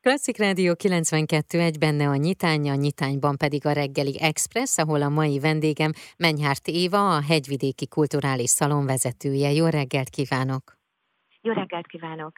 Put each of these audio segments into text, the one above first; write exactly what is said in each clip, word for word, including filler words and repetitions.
Klasszik Rádió kilencvenkettő egy, benne a nyitány, a nyitányban pedig a reggeli express, ahol a mai vendégem Menyhárt Éva, a Hegyvidéki Kulturális Szalon vezetője. Jó reggelt kívánok! Jó reggelt kívánok!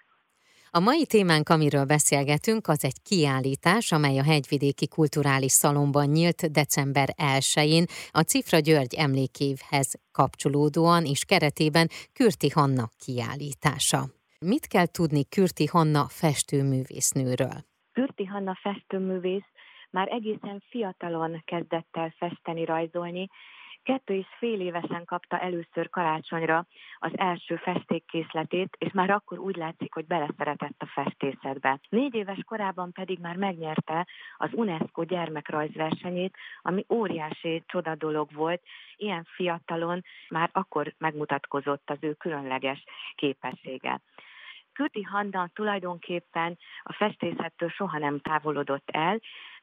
A mai témánk, amiről beszélgetünk, az egy kiállítás, amely a Hegyvidéki Kulturális Szalonban nyílt december elsején a Cifra György emlékévhez kapcsolódóan és keretében Kürti Hanna kiállítása. Mit kell tudni Kürti Hanna festőművésznőről? Kürti Hanna festőművész már egészen fiatalon kezdett el festeni, rajzolni. Kettő és fél évesen kapta először karácsonyra az első festékkészletét, és már akkor úgy látszik, hogy beleszeretett a festészetbe. Négy éves korában pedig már megnyerte az UNESCO gyermekrajzversenyét, ami óriási csoda dolog volt. Ilyen fiatalon már akkor megmutatkozott az ő különleges képessége. Kürti Hanna tulajdonképpen a festészettől soha nem távolodott el,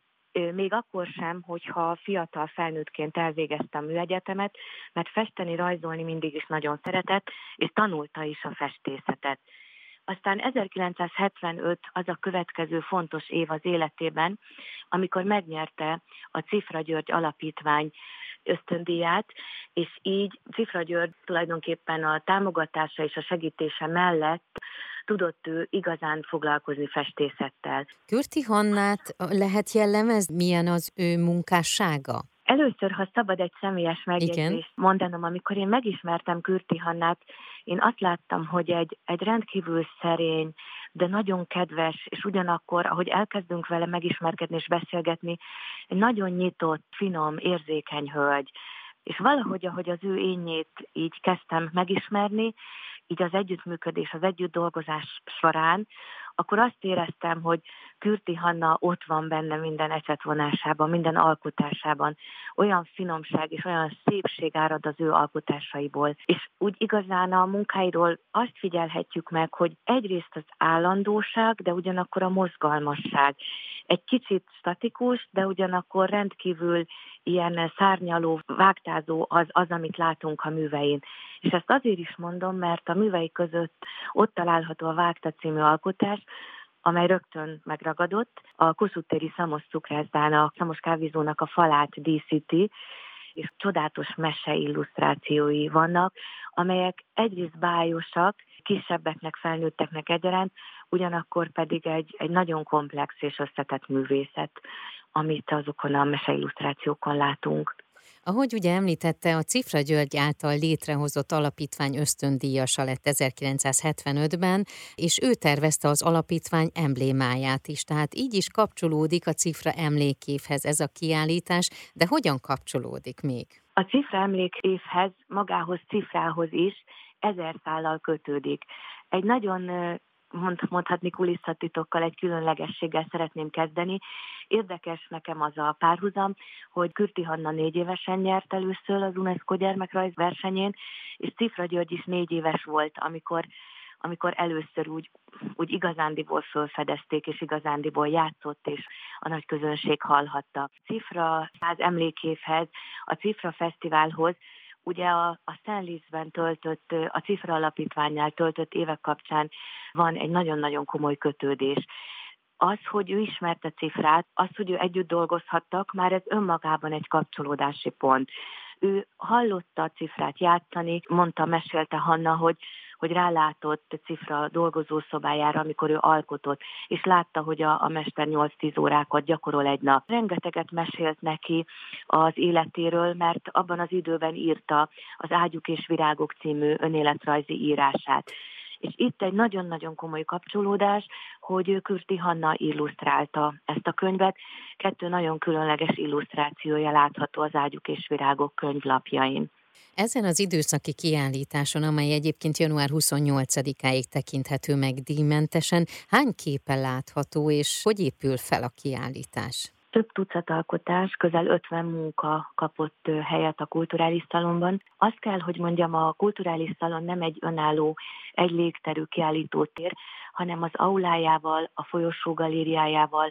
még akkor sem, hogyha fiatal felnőttként elvégezte a műegyetemet, mert festeni, rajzolni mindig is nagyon szeretett, és tanulta is a festészetet. Aztán ezerkilencszázhetvenöt az a következő fontos év az életében, amikor megnyerte a Cifra György Alapítvány ösztöndíját, és így Cifra György tulajdonképpen a támogatása és a segítése mellett tudott ő igazán foglalkozni festészettel. Kürti Hannát lehet jellemezni? Milyen az ő munkássága? Először, ha szabad egy személyes megjegyzést Igen. mondanom, amikor én megismertem Kürti Hannát, én azt láttam, hogy egy, egy rendkívül szerény, de nagyon kedves, és ugyanakkor, ahogy elkezdünk vele megismerkedni és beszélgetni, egy nagyon nyitott, finom, érzékeny hölgy. És valahogy, ahogy az ő énjét így kezdtem megismerni, így az együttműködés, az együtt dolgozás során, akkor azt éreztem, hogy Kürti Hanna ott van benne minden ecsetvonásában, minden alkotásában. Olyan finomság és olyan szépség árad az ő alkotásaiból. És úgy igazán a munkáiról azt figyelhetjük meg, hogy egyrészt az állandóság, de ugyanakkor a mozgalmasság. Egy kicsit statikus, de ugyanakkor rendkívül ilyen szárnyaló, vágtázó az, az, amit látunk a művein. És ezt azért is mondom, mert a művei között ott található a Vágta című alkotás, amely rögtön megragadott. A Kossuth téri Szamos cukrászdának, Szamos kávézónak a falát díszíti, és csodálatos mese illusztrációi vannak, amelyek egyrészt bájosak, kisebbeknek, felnőtteknek egyaránt, ugyanakkor pedig egy, egy nagyon komplex és összetett művészet, amit azokon a mese illusztrációkon látunk. Ahogy ugye említette, a Cifra György által létrehozott alapítvány ösztöndíjasa lett ezerkilencszázhetvenötben, és ő tervezte az alapítvány emblémáját is, tehát így is kapcsolódik a Cifra emlékévhez ez a kiállítás, de hogyan kapcsolódik még? A Cifra emlékévhez, magához, Cifrához is ezer szállal kötődik. Egy nagyon Mond, mondhatni kulisszatitokkal, egy különlegességgel szeretném kezdeni. Érdekes nekem az a párhuzam, hogy Kürti Hanna négy évesen nyert először az UNESCO gyermekrajz versenyén, és Cifra György is négy éves volt, amikor, amikor először úgy, úgy igazándiból fölfedezték, és igazándiból játszott, és a nagy közönség hallhatta. Cifra száz emlékévhez, a Cifra Fesztiválhoz, ugye a, a Saint Lisben töltött, a Cifra Alapítványnál töltött évek kapcsán van egy nagyon-nagyon komoly kötődés. Az, hogy ő ismerte Cifrát, az, hogy ő együtt dolgozhattak, már ez önmagában egy kapcsolódási pont. Ő hallotta a Cifrát játszani, mondta, mesélte Hanna, hogy, hogy rálátott Cifra dolgozószobájára, amikor ő alkotott, és látta, hogy a, a mester nyolc-tíz órákat gyakorol egy nap. Rengeteget mesélt neki az életéről, mert abban az időben írta az Ágyuk és virágok című önéletrajzi írását. És itt egy nagyon-nagyon komoly kapcsolódás, hogy Kürti Hanna illusztrálta ezt a könyvet. Kettő nagyon különleges illusztrációja látható az Ágyuk és virágok könyvlapjain. Ezen az időszaki kiállításon, amely egyébként január huszonnyolcadikáig tekinthető meg díjmentesen, hány képe látható, és hogy épül fel a kiállítás? Több tucat alkotás, közel ötven munka kapott helyet a Kulturális Szalonban. Azt kell, hogy mondjam, a Kulturális Szalon nem egy önálló, egy légterű kiállítótér, hanem az aulájával, a folyosó galériájával,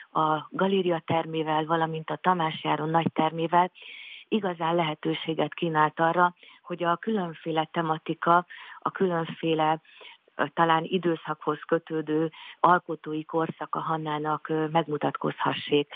a galéria termével, valamint a Tamás Járon nagy termével igazán lehetőséget kínált arra, hogy a különféle tematika, a különféle talán időszakhoz kötődő alkotói korszaka Hannának megmutatkozhassék.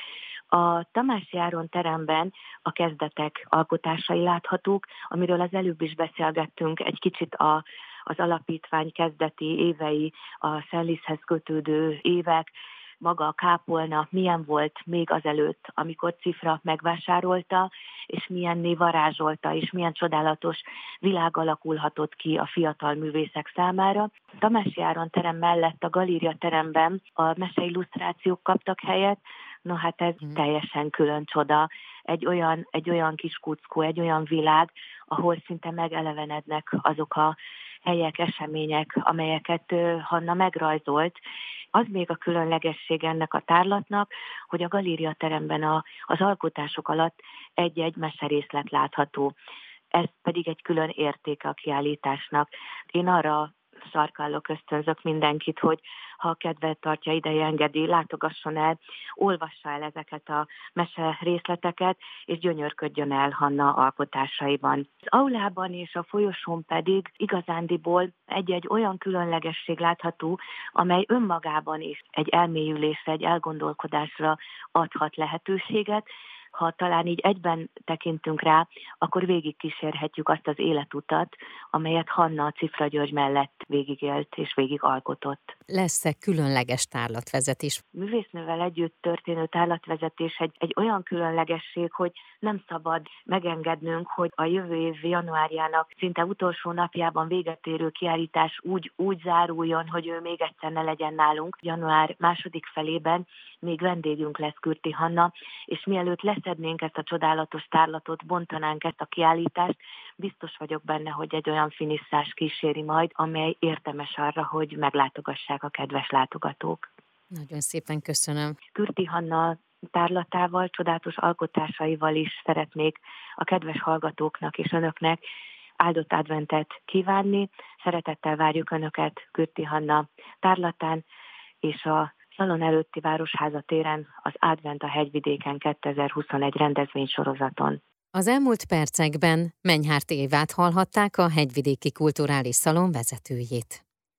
A Tamási Áron teremben a kezdetek alkotásai láthatók, amiről az előbb is beszélgettünk, egy kicsit a, az alapítvány kezdeti évei, a Szenliszthez kötődő évek, maga a kápolna milyen volt még azelőtt, amikor Cifra megvásárolta, és milyenné varázsolta, és milyen csodálatos világ alakulhatott ki a fiatal művészek számára. Tamási Áron terem mellett a Galéria teremben a meseillusztrációk kaptak helyet, no hát ez hmm. teljesen külön csoda. Egy olyan, egy olyan kis kuckó, egy olyan világ, ahol szinte megelevenednek azok a helyek, események, amelyeket Hanna megrajzolt. Az még a különlegesség ennek a tárlatnak, hogy a Galéria teremben a, az alkotások alatt egy-egy meserészlet látható. Ez pedig egy külön értéke a kiállításnak. Én arra sarkallok, ösztönzök mindenkit, hogy ha a kedvet tartja, ideje engedi, látogasson el, olvassa el ezeket a mese részleteket, és gyönyörködjön el Hanna alkotásaiban. Az aulában és a folyosón pedig igazándiból egy-egy olyan különlegesség látható, amely önmagában is egy elmélyülésre, egy elgondolkodásra adhat lehetőséget. Ha talán így egyben tekintünk rá, akkor végigkísérhetjük azt az életutat, amelyet Hanna a Cifra György mellett végigélt és végigalkotott. Lesz-e különleges tárlatvezetés? Művésznővel együtt történő tárlatvezetés egy, egy olyan különlegesség, hogy nem szabad megengednünk, hogy a jövő év januárjának szinte utolsó napjában véget érő kiállítás úgy, úgy záruljon, hogy ő még egyszer ne legyen nálunk. Január második felében még vendégünk lesz Kürti Hanna, és mielőtt leszednénk ezt a csodálatos tárlatot, bontanánk ezt a kiállítást, biztos vagyok benne, hogy egy olyan finisszás kíséri majd, amely érdemes arra, hogy meglátogassák a kedves látogatók. Nagyon szépen köszönöm. Kürti Hanna tárlatával, csodálatos alkotásaival is szeretnék a kedves hallgatóknak és önöknek áldott adventet kívánni. Szeretettel várjuk önöket Kürti Hanna tárlatán, és a Szalon előtti Városháza téren az Advent a Hegyvidéken kétezer-huszonegy rendezvénysorozaton. Az elmúlt percekben Menyhárt Évát hallhatták, a Hegyvidéki Kulturális Szalon vezetőjét.